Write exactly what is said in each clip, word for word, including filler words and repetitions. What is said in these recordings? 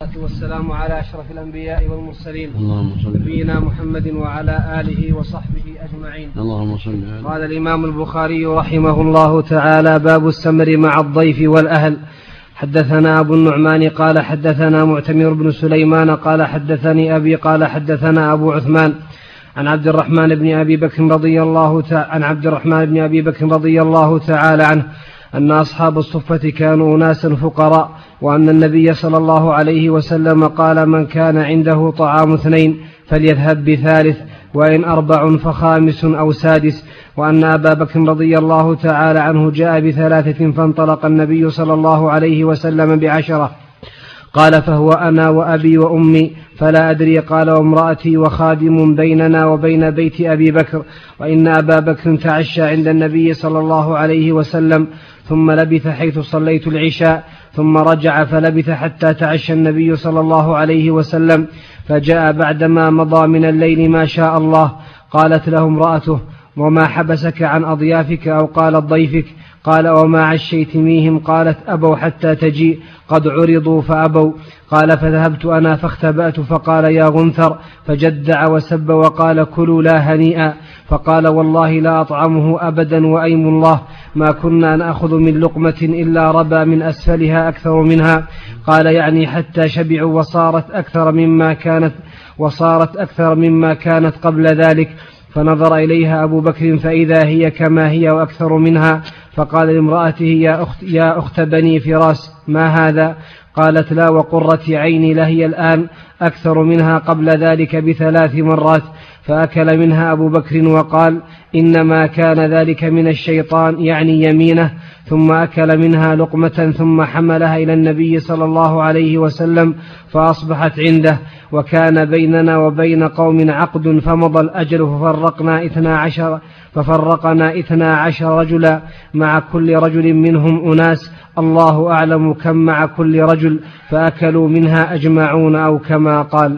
والسلام على أشرف الأنبياء والمرسلين نبينا محمد وعلى آله وصحبه أجمعين. اللهم صل. قال الإمام البخاري رحمه الله تعالى: باب السمر مع الضيف والأهل. حدثنا أبو النعمان قال حدثنا معتمر بن سليمان قال حدثني أبي قال حدثنا أبو عثمان عن عبد الرحمن بن أبي بكر رضي الله تعالى عن عبد الرحمن بن أبي بكر رضي الله تعالى عنه أن أصحاب الصفة كانوا أناسا فقراء، وأن النبي صلى الله عليه وسلم قال: من كان عنده طعام اثنين فليذهب بثالث، وإن أربع فخامس أو سادس. وأن أبا بكر رضي الله تعالى عنه جاء بثلاثة فانطلق النبي صلى الله عليه وسلم بعشرة. قال: فهو أنا وأبي وأمي فلا أدري. قال: وامرأتي وخادم بيننا وبين بيت أبي بكر. وإن أبا بكر تعشى عند النبي صلى الله عليه وسلم ثم لبث حيث صليت العشاء، ثم رجع فلبث حتى تعشى النبي صلى الله عليه وسلم، فجاء بعدما مضى من الليل ما شاء الله. قالت له امرأته: وما حبسك عن أضيافك؟ أو قالت ضيفك؟ قال: وما عشيتميهم؟ قالت: أبوا حتى تجيء، قد عرضوا فأبوا. قال: فذهبت أنا فاختبأت، فقال: يا غنثر، فجدع وسب وقال: كلوا لا هنيئا. فقال: والله لا أطعمه أبدا، وأيم الله ما كنا نأخذ من لقمة إلا ربى من أسفلها أكثر منها. قال: يعني حتى شبعوا وصارت أكثر مما كانت وصارت أكثر مما كانت قبل ذلك. فنظر إليها أبو بكر فإذا هي كما هي وأكثر منها. فقال لامرأته: يا أخت, يا أخت بني فراس، ما هذا؟ قالت: لا، وقرة عيني لهي الآن أكثر منها قبل ذلك بثلاث مرات. فأكل منها أبو بكر وقال: إنما كان ذلك من الشيطان، يعني يمينه. ثم أكل منها لقمة ثم حملها إلى النبي صلى الله عليه وسلم فأصبحت عنده. وكان بيننا وبين قوم عقد فمضى الأجل ففرقنا إثنا عشر ففرقنا إثنا عشر رجلا، مع كل رجل منهم أناس، الله أعلم كم مع كل رجل، فأكلوا منها أجمعون، أو كما قال.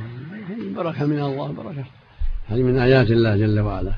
بركة من الله، بركة هذه من آيات الله جل وعلا،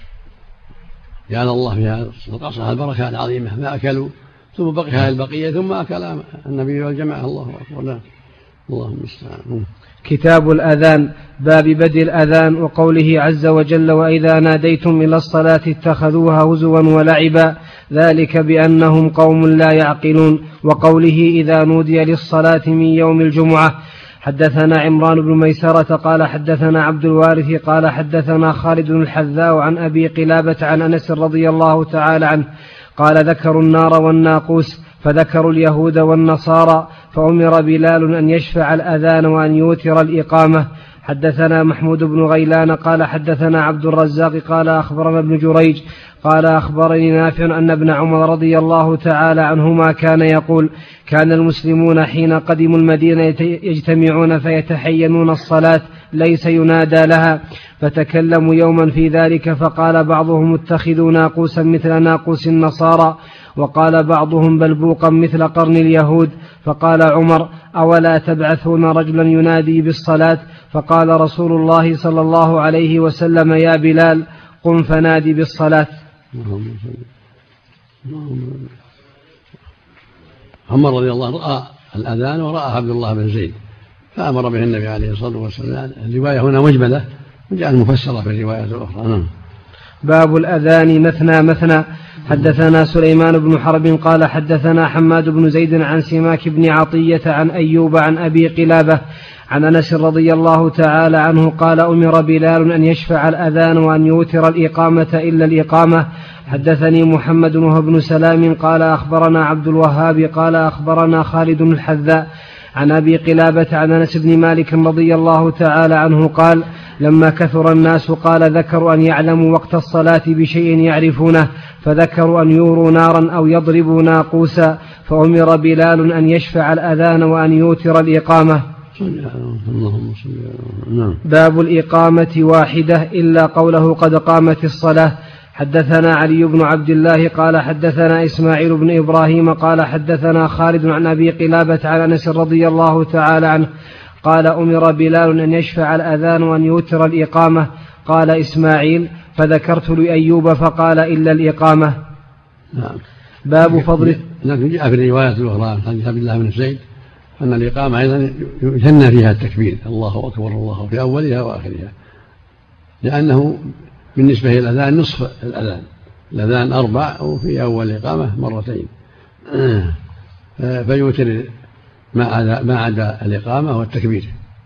جعل الله فيها القصة البركة العظيمة. ما أكلوا ثم بقي البقية ثم أكل النبي والجماعة. الله أكبر. لا، اللهم استعان. كتاب الأذان. باب بدء الأذان، وقوله عز وجل: وإذا ناديتم إلى الصلاة اتخذوها هزوا ولعبا، ذلك بأنهم قوم لا يعقلون. وقوله: إذا نودي للصلاة من يوم الجمعة. حدثنا عمران بن ميسرة قال حدثنا عبد الوارث قال حدثنا خالد الحذاء عن أبي قلابة عن أنس رضي الله تعالى عنه قال: ذكروا النار والناقوس، فذكروا اليهود والنصارى، فأمر بلال أن يشفع الأذان وأن يوتر الإقامة. حدثنا محمود بن غيلان قال حدثنا عبد الرزاق قال أخبرنا ابن جريج قال أخبرني نافع أن ابن عمر رضي الله تعالى عنهما كان يقول: كان المسلمون حين قدموا المدينة يجتمعون فيتحينون الصلاة ليس ينادى لها، فتكلموا يوما في ذلك، فقال بعضهم: اتخذوا ناقوسا مثل ناقوس النصارى، وقال بعضهم: بلبوقا مثل قرن اليهود. فقال عمر: أولا تبعثون رجلا ينادي بالصلاة؟ فقال رسول الله صلى الله عليه وسلم: يا بلال، قم فنادي بالصلاة. عمر رضي الله عنه رأى الأذان ورأى عبد الله بن زيد فأمر به النبي عليه الصلاة والسلام. الرواية هنا مجملة وجاء المفسرة في الرواية الأخرى. باب الأذان مثنى مثنى. حدثنا سليمان بن حرب قال حدثنا حماد بن زيد عن سماك بن عطية عن أيوب عن أبي قلابة عن أنس رضي الله تعالى عنه قال: أمر بلال أن يشفع الأذان وأن يوتر الإقامة إلا الإقامة. حدثني محمد بن سلام قال أخبرنا عبد الوهاب قال أخبرنا خالد الحذاء عن أبي قلابة عن أنس بن مالك رضي الله تعالى عنه قال: لما كثر الناس قال: ذكروا أن يعلموا وقت الصلاة بشيء يعرفونه، فذكروا أن يوروا نارا أو يضربوا ناقوسا، فأمر بلال أن يشفع الأذان وأن يوتر الإقامة. باب الإقامة واحدة إلا قوله: قد قامت الصلاة. حدثنا علي بن عبد الله قال حدثنا إسماعيل بن إبراهيم قال حدثنا خالد عن أبي قلابة عن أنس رضي الله تعالى عنه قال: أمر بلال أن يشفع الأذان وأن يوتر الإقامة. قال إسماعيل: فذكرت لأيوب فقال: إلا الإقامة. نعم. باب فضل. لكن جاء في الروايات الأخرى عن عبد الله بن زيد أن الإقامة أيضا يثنى فيها التكبير الله أكبر الله في أولها وآخرها، لأنه بالنسبة إلى الأذان نصف الأذان، الأذان أربع وفي أول الإقامة مرتين، فيوتر ما عدا الإقامة والتكبير.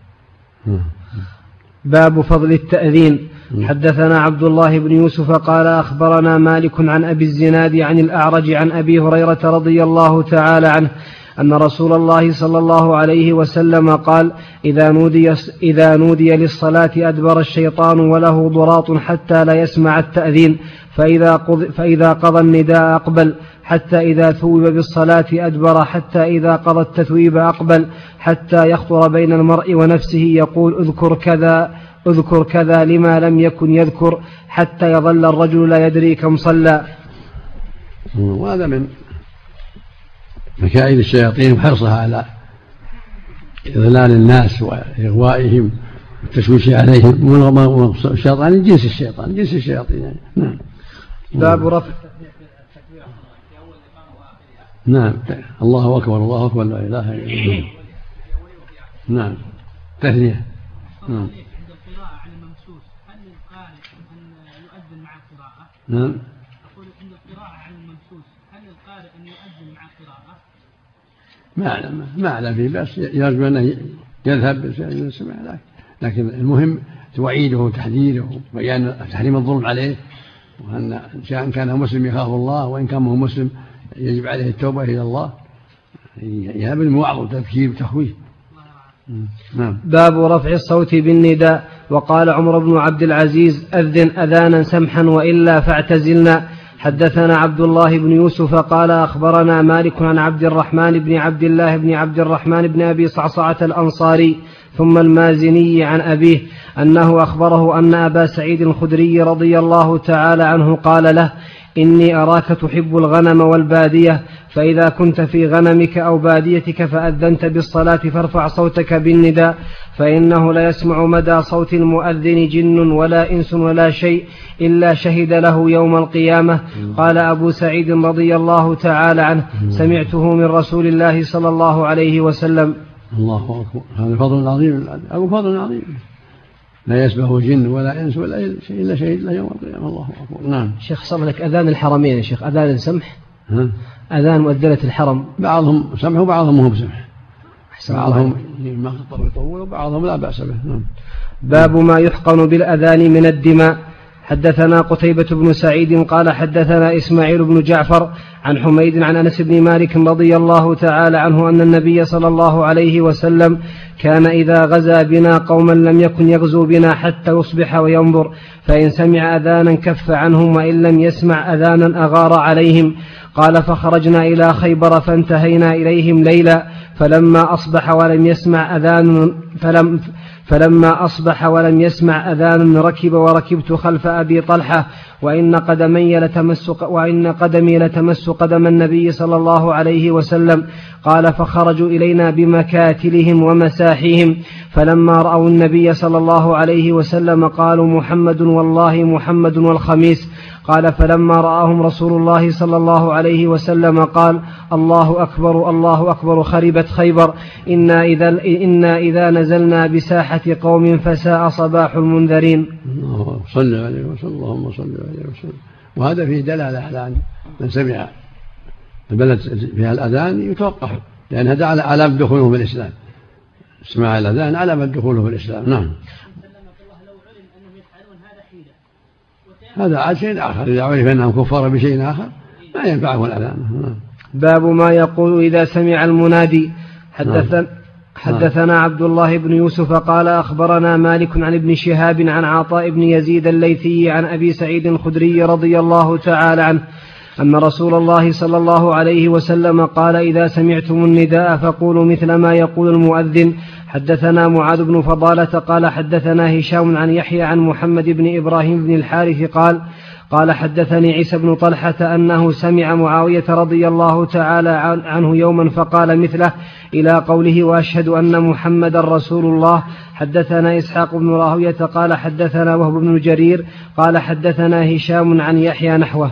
باب فضل التأذين. حدثنا عبد الله بن يوسف قال أخبرنا مالك عن أبي الزناد عن الأعرج عن أبي هريرة رضي الله تعالى عنه أن رسول الله صلى الله عليه وسلم قال إذا نودي, إذا نودي للصلاة أدبر الشيطان وله ضراط حتى لا يسمع التأذين، فإذا, فإذا قضى النداء أقبل، حتى إذا ثوب بالصلاة أدبر، حتى إذا قضى التثويب أقبل، حتى يخطر بين المرء ونفسه يقول اذكر كذا اذكر كذا لما لم يكن يذكر، حتى يظل الرجل لا يدري كم صلى. وهذا من مكائد الشياطين وحرصها على إضلال الناس وإغوائهم والتشويش عليهم، والشيطان جنس الشيطان جنس الشياطين يعني. نعم. باب رفع نعم الله أكبر الله أكبر لا إله إلا الله. نعم تثنية. نعم. نعم. أقول عند القراءة عن الممسوس هل القارئ أن يؤذن مع القراءة؟ ما أعلم ما أعلم فيه، بس يرجو أنه يذهب يسمع ذلك، لكن المهم توعيده وتحذيره وبيان تحريم الظلم عليه، وأن إن كان مسلم يخاف الله، وإن كان هو مسلم يجب عليه التوبة إلى الله، يهب الموعظ وتذكير وتخويف. نعم. باب رفع الصوت بالنداء. وقال عمر بن عبد العزيز أذن أذانا سمحا وإلا فاعتزلنا. حدثنا عبد الله بن يوسف قال أخبرنا مالك عن عبد الرحمن بن عبد الله بن عبد الرحمن بن أبي صعصعة الأنصاري ثم المازني عن أبيه أنه أخبره أن أبا سعيد الخدري رضي الله تعالى عنه قال له إني أراك تحب الغنم والبادية، فإذا كنت في غنمك أو باديتك فأذنت بالصلاة فارفع صوتك بالنداء، فإنه لا يسمع مدى صوت المؤذن جن ولا إنس ولا شيء إلا شهد له يوم القيامة. قال أبو سعيد رضي الله تعالى عنه سمعته من رسول الله صلى الله عليه وسلم. الله أكبر، هذا فضل عظيم أو فضل عظيم، لا يسبه جن ولا إنس ولا شيء إلا شهد له يوم القيامة. الله أكبر. نعم. شيخ صلى لك أذان الحرمين يا شيخ أذان سمح؟ ها؟ أذان مؤذنة الحرم بعضهم سمح وبعضهم مو بسمح، بعضهم ما يطول وبعضهم لا بأس به. نعم. باب ما يحقن بالأذان من الدماء. حدثنا قتيبة بن سعيد قال حدثنا إسماعيل بن جعفر عن حميد عن أنس بن مالك رضي الله تعالى عنه أن النبي صلى الله عليه وسلم كان إذا غزا بنا قوما لم يكن يغزو بنا حتى يصبح وينظر، فإن سمع أذانا كف عنهم، وإن لم يسمع أذانا أغار عليهم. قال فخرجنا إلى خيبر فانتهينا إليهم ليلا، فلما أصبح ولم يسمع أذان فلم فلما أصبح ولم يسمع أذان ركب وركبت خلف أبي طلحة، وإن قدمي لتمس وإن قدمي لتمس قدم النبي صلى الله عليه وسلم. قال فخرجوا إلينا بمكاتلهم ومساحيهم، فلما رأوا النبي صلى الله عليه وسلم قالوا محمد والله محمد والخميس. قال فلما رآهم رسول الله صلى الله عليه وسلم قال الله أكبر الله أكبر خربت خيبر، إنا إذا, إنا إذا نزلنا بساحة قوم فساء صباح المنذرين. الله صلى عليه وسلم. اللهم صل عليه وسلم. وهذا فيه دلالة على أن من سمع البلد فيها الأذان يتوقف، لأن هذا على علامة دخوله في الإسلام، اسمع الأذان علامة دخوله في الإسلام. نعم. هذا عاد شيء آخر، إذا عرف أنهم كفار بشيء آخر ما ينفعه الأذان. باب ما يقول إذا سمع المنادي. حدثنا, حدثنا عبد الله بن يوسف قال أخبرنا مالك عن ابن شهاب عن عطاء بن يزيد الليثي عن أبي سعيد الخدري رضي الله تعالى عنه أن رسول الله صلى الله عليه وسلم قال إذا سمعتم النداء فقولوا مثل ما يقول المؤذن. حدثنا معاذ بن فضالة قال حدثنا هشام عن يحيى عن محمد بن إبراهيم بن الحارث قال قال حدثني عيسى بن طلحة أنه سمع معاوية رضي الله تعالى عنه يوما فقال مثله إلى قوله وأشهد أن محمد رسول الله. حدثنا إسحاق بن راهوية قال حدثنا وهب بن جرير قال حدثنا هشام عن يحيى نحوه.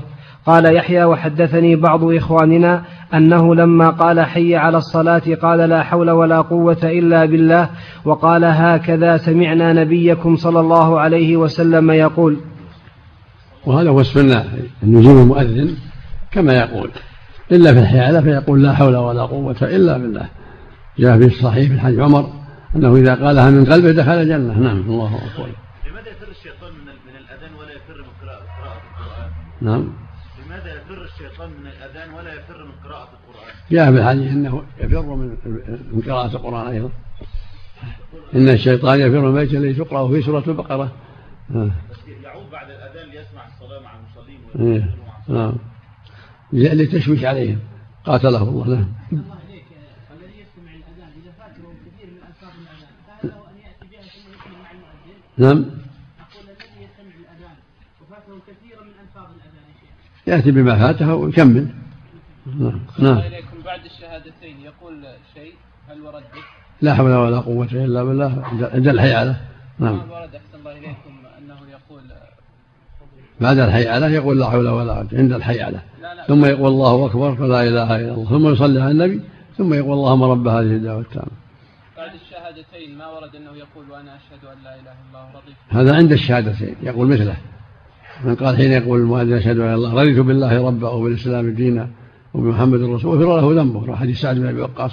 قال يحيى وحدثني بعض إخواننا أنه لما قال حي على الصلاة قال لا حول ولا قوة إلا بالله، وقال هكذا سمعنا نبيكم صلى الله عليه وسلم يقول. وهذا هو السنة أن يجيب المؤذن كما يقول، إلا في الحيالة فيقول لا حول ولا قوة إلا بالله. جاء في الصحيح في حديث عمر أنه إذا قالها من قلبه دخل الجنة. نعم. الله أكبر. لماذا يفر الشيطان من الأذان ولا يفر من قراءة القرآن؟ نعم. لماذا يفر الشيطان من الأذان ولا يفر من قراءة القرآن؟ جاء في الحديث أنه يفر من قراءة القرآن أيضا، إن الشيطان يفر من الميت الذي تقرأ في سورة البقرة. بس يعود بعد الأذان ليسمع الصلاة مع المصلين نعم، لتشويش عليهم قاتله الله. نعم. الذي يستمع الأذان إذا فاته كثير من ألفاظ الأذان فله أن يأتي بها ثم يكمل مع المؤذن. نعم. أقول الذي يستمع الأذان وفاته كثير من ألفاظ الأذان يأتي بما فاته ويكمل. نعم. نعم. إليكم بعد الشهادتين يقول شيء هل ورد؟ لا حول ولا قوة إلا بالله عند الحيالة. نعم. ما ورد أحسن الله إليكم أنه يقول بعد الحيالة يقول لا حول ولا قوة عند الحيالة، ثم يقول الله أكبر فلا إله إلا الله، ثم يصلي على النبي، ثم يقول اللهم رب هذه الدعوة التامة. بعد الشهادتين ما ورد أنه يقول وأنا أشهد أن لا إله إلا الله رضيت. هذا عند الشهادتين يقول مثله، من قال حين يقول المؤذن أشهد أن لا إله إلا الله رضيت بالله ربا وبالإسلام دينا وبمحمد رسول وفر له ذنبه. حديث سعد بن أبي وقاص.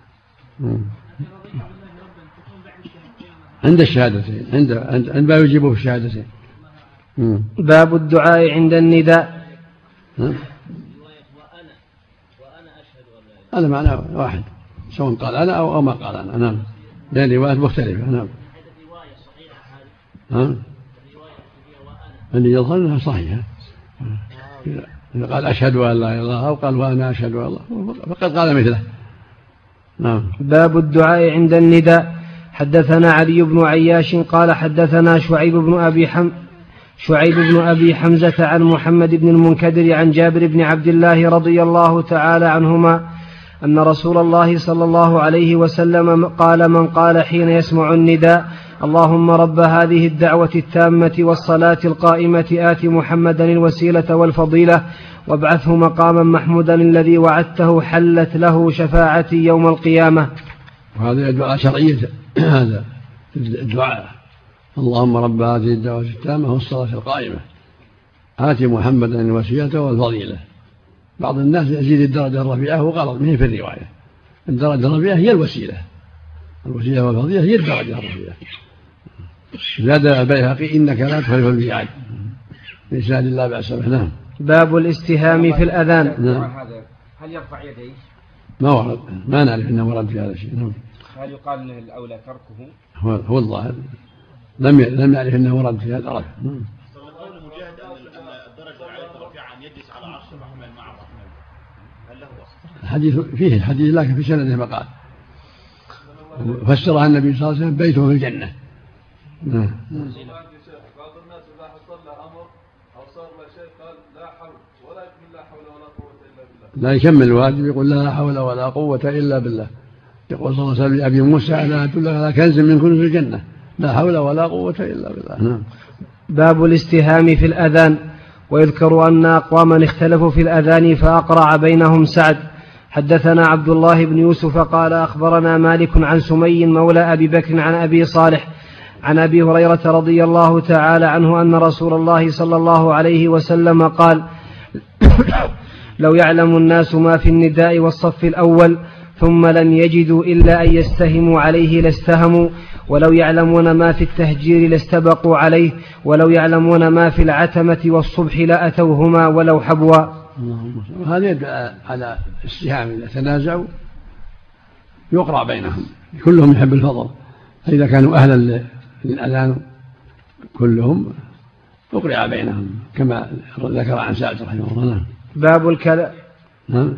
عند الشهادتين، عند عند ما يجيبه في الشهادتين. باب الدعاء عند النداء. هذا معناه واحد سواء قال أنا أو ما قال أنا. نعم. لأن روايات مختلفة. نعم. ها؟ اللي يظهر أنها صحيحة. إذا قال أشهد أن لا إله إلا الله أو قال وأنا أشهد أن الله فقد قال مثله. نعم. باب الدعاء عند النداء. حدثنا علي بن عياش قال حدثنا شعيب بن أبي حم شعيب بن أبي حمزة عن محمد بن المنكدر عن جابر بن عبد الله رضي الله تعالى عنهما أن رسول الله صلى الله عليه وسلم قال من قال حين يسمع النداء اللهم رب هذه الدعوة التامة والصلاة القائمة آت محمدا الوسيلة والفضيلة وابعثه مقاما محمودا الذي وعدته حلت له شفاعتي يوم القيامة. وهذا دعاء شرعي. هذا الدعاء اللهم رب هذه الدعوة التامة والصلاة القائمة آت محمدا الوسيلة والفضيلة. بعض الناس يزيد الدرجة الرفيعة وغلط منه في الرواية. الدرجة الرفيعة هي الوسيلة، الوسيلة والفضيلة هي الدرجة الرفيعة. زاد البيهقي إنك لا تخلف الميعاد بإسناد لا بأس به. نعم. باب الاستهام في الأذان. نعم. هل يرفع يديه؟ ما ورد، ما نعرف أنه ورد في هذا الشيء. نعم. هل يقال أنه الأولى تركه؟ هو, هو الظاهر لم لم يعرف أنه ورد في هذا الرفع. قول مجاهد أن الدرجة العالية الرفيعة أن يجلس على عرش الرحمن مع الرحمن، هل له أصل؟ الحديث فيه الحديث لكن في سنده مقال فسرها النبي صلى الله عليه وسلم بيته في الجنة. نعم. بعض الناس إذا حصل له أمر أو صار له شيء قال لا حول ولا يكمل لا حول ولا قوة إلا بالله. لا يكمل الواجب يقول لا حول ولا قوة إلا بالله. يقول صلى الله عليه وسلم لأبي موسى ألا أدلك على كنز من كنوز الجنة لا حول ولا قوة إلا بالله. نعم. باب الاستهام في الأذان. ويذكر أن أقواما اختلفوا في الأذان فأقرع بينهم سعد. حدثنا عبد الله بن يوسف قال أخبرنا مالك عن سمي مولى أبي بكر عن أبي صالح عن أبي هريرة رضي الله تعالى عنه أن رسول الله صلى الله عليه وسلم قال لو يعلم الناس ما في النداء والصف الأول ثم لم يجدوا إلا أن يستهموا عليه لاستهموا ولو يعلمون ما في التهجير لاستبقوا عليه ولو يعلمون ما في العتمة والصبح لأتوهما ولو حبوا. هذا يدعى على استهام إذا تنازعوا يقرع بينهم كلهم يحب الفضل، فإذا كانوا أهلا للأذان كلهم أقرع بينهم كما ذكر عن سعد رحمه الله. باب الكلام. نعم.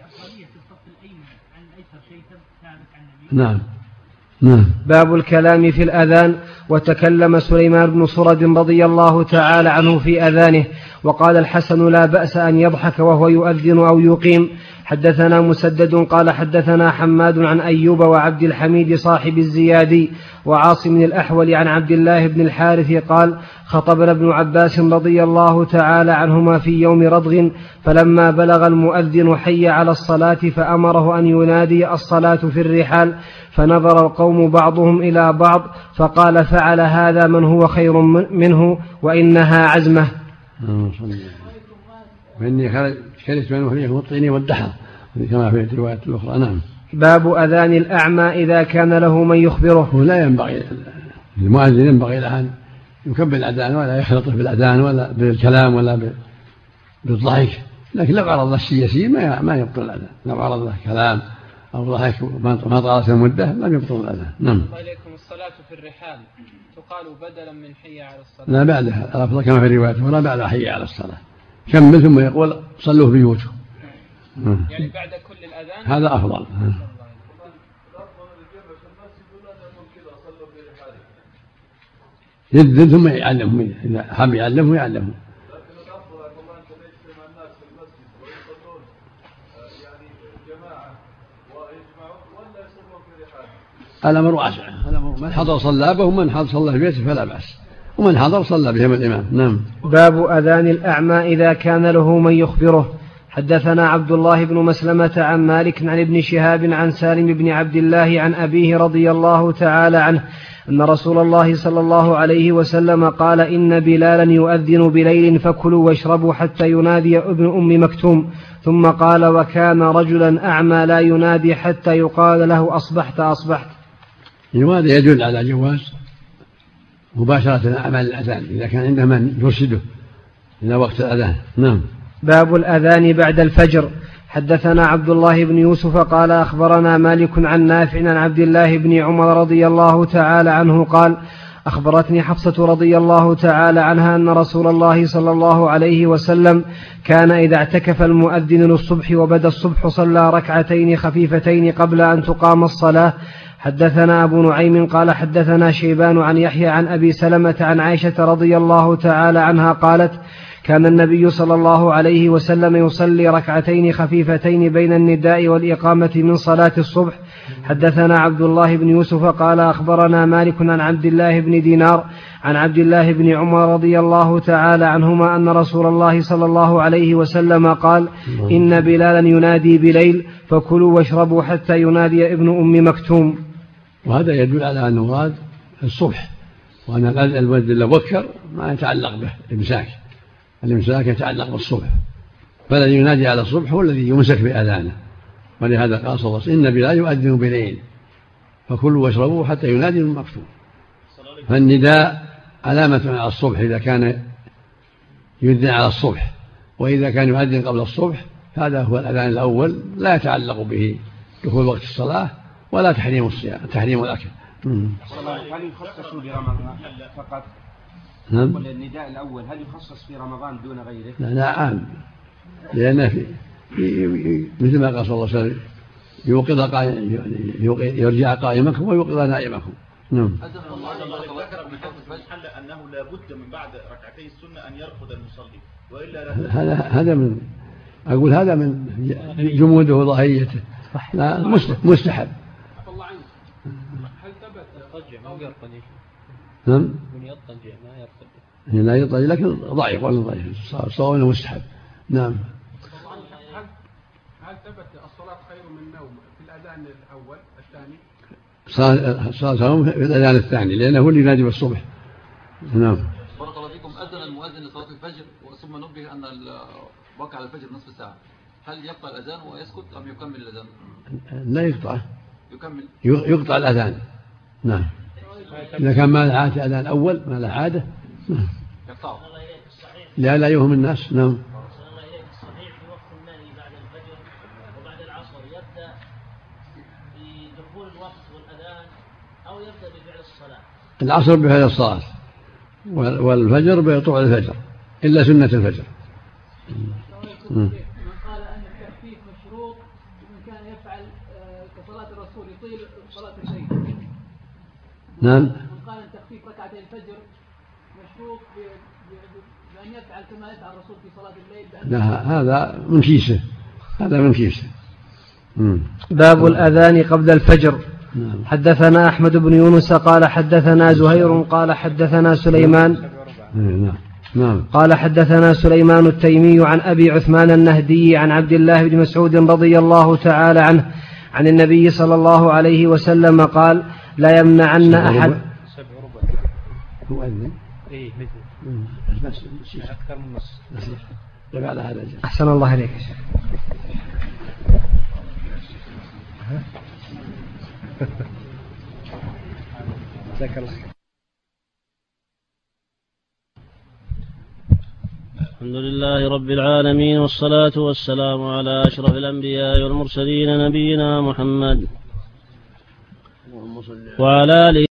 نعم. نعم. باب الكلام في الأذان. وتكلم سليمان بن صرد رضي الله تعالى عنه في أذانه وقال الحسن لا بأس أن يضحك وهو يؤذن أو يقيم. حدثنا مسدد قال حدثنا حماد عن أيوب وعبد الحميد صاحب الزيادي وعاصم الأحول عن عبد الله بن الحارث قال خطبنا ابن عباس رضي الله تعالى عنهما في يوم رضغ فلما بلغ المؤذن حي على الصلاة فأمره أن ينادي الصلاة في الرحال فنظر القوم بعضهم إلى بعض فقال فعل هذا من هو خير منه وإنها عزمة. وإني كرهت من يخرجه الطين والدحر كما في الرواية الأخرى. نعم. باب أذان الأعمى إذا كان له من يخبره. لا ينبغي المؤذن ينبغي له أن يكبر الأذان ولا يخلط بالأذان ولا بالكلام ولا بالضحك، لكن لو عرض له شيء يسير ما يبطل الأذان، لو عرض له كلام أو ضحك ما طالت المدة لم يبطل الأذان. نعم. عليكم الصلاة في الرحال تقال بدلا من حي على الصلاة. لا بعدها الأفضل كما في الرواية ولا بعد حي على الصلاة، كمل ثم يقول صلوا في بيوتكم. يعني بعد كل الأذان هذا أفضل. يذن ثم يعلمهم إذا حب يعلمه يعلمه. الأمر واسع، من حضر صلى به ومن حضر صلى في بيته فلا بأس، ومن حضر صلى بهم الإمام. نعم. باب أذان الأعمى إذا كان له من يخبره. حدثنا عبد الله بن مسلمة عن مالك عن ابن شهاب عن سالم بن عبد الله عن أبيه رضي الله تعالى عنه أن رسول الله صلى الله عليه وسلم قال إن بلالا يؤذن بليل فكلوا واشربوا حتى ينادي ابن أم مكتوم، ثم قال وكان رجلا أعمى لا ينادي حتى يقال له أصبحت أصبحت. وهذا يدل على جواز مباشرة أعمال الأذان إذا كان عنده من يرشده إلى وقت الأذان. نعم. باب الأذان بعد الفجر. حدثنا عبد الله بن يوسف قال أخبرنا مالك عن نافع عن عبد الله بن عمر رضي الله تعالى عنه قال أخبرتني حفصة رضي الله تعالى عنها أن رسول الله صلى الله عليه وسلم كان إذا اعتكف المؤذن للصبح وبدا الصبح صلى ركعتين خفيفتين قبل أن تقام الصلاة. حدثنا أبو نعيم قال حدثنا شيبان عن يحيى عن أبي سلمة عن عائشة رضي الله تعالى عنها قالت كان النبي صلى الله عليه وسلم يصلي ركعتين خفيفتين بين النداء والإقامة من صلاة الصبح. حدثنا عبد الله بن يوسف قال أخبرنا مالك عن عبد الله بن دينار عن عبد الله بن عمر رضي الله تعالى عنهما أن رسول الله صلى الله عليه وسلم قال إن بلالا ينادي بليل فكلوا واشربوا حتى ينادي ابن أم مكتوم. وهذا يدل على أن المراد الصبح، وأن المؤذن لو بكر ما يتعلق به الإمساك، الإمساك يتعلق بالصبح، فالذي ينادي على الصبح هو الذي يمسك بأذانه. ولهذا قال صلى الله عليه وسلم إن بلال يؤذن بليل فكلوا واشربوا حتى ينادي ابن مكتوم. فالنداء علامة على الصبح إذا كان يؤذن على الصبح، وإذا كان يؤذن قبل الصبح هذا هو الأذان الأول، لا يتعلق به دخول وقت الصلاة ولا تحريم الصيام تحريم الأكل. هل يخصص برمضان فقط؟ نعم. والنداء الأول هل يخصص في رمضان دون غيره؟ لا لا عام، لأن في مثل ما قال صلى الله عليه وسلم يوقظ قائم يرجع قائمكم ويوقظ نائمكم. نعم. ذكر ابن حزم أنه لا بد من بعد ركعتي السنة أن يرقد المصلي وإلا هذا هذا من أقول هذا من جموده وضحيته. لا مستحب. الله عنك هل ثبت يضطجع أو يرقد؟ نعم. من يضطجع ما يرقد. لا يضطجع لكن ضعيف ولا ضعيف صار انه مستحب. نعم. هل ثبت الصلاة خير من النوم في الأذان الأول الثاني؟ صلاة في الأذان الثاني لأنه هو اللي ينادي بالصبح. نعم. بارك الله فيكم. أذن المؤذن لصلاة الفجر ثم نبه أن وقع على الفجر نصف ساعة، هل يبقى الأذان ويسكت أم يكمل الأذان؟ لا يقطع. يكمل. يقطع الأذان. نعم. إذا كان ما له عادة أذان أول ما له عادة يقطع. لا لا يوهم الناس. نعم. الصحيح في وقت المالي بعد الفجر وبعد العصر يبدأ بدخول الوقت والأذان أو يبدأ بفعل الصلاة؟ العصر بفعل الصلاة والفجر بطلوع الفجر إلا سنة الفجر. من قال أن التخفيف مشروط ومن كان يفعل كصلاة الرسول يطيل صلاة الليل. نعم. من قال أن تخفيف ركعتي الفجر مشروط بأن يفعل كما يفعل الرسول في صلاة الليل. لا هذا من كيسه، هذا من كيسه. باب الأذان قبل الفجر. نعم. حدثنا أحمد بن يونس قال حدثنا زهير قال حدثنا سليمان نعم. نعم. قال حدثنا سليمان التيمي عن أبي عثمان النهدي عن عبد الله بن مسعود رضي الله تعالى عنه عن النبي صلى الله عليه وسلم قال لا يمنعن أحد هو أذن إيه بس بس أكثر من نص طيب على هذا أحسن الله عليك يا شيخ. جزاك الله خير. الحمد لله رب العالمين والصلاة والسلام على أشرف الأنبياء والمرسلين نبينا محمد وعلى آله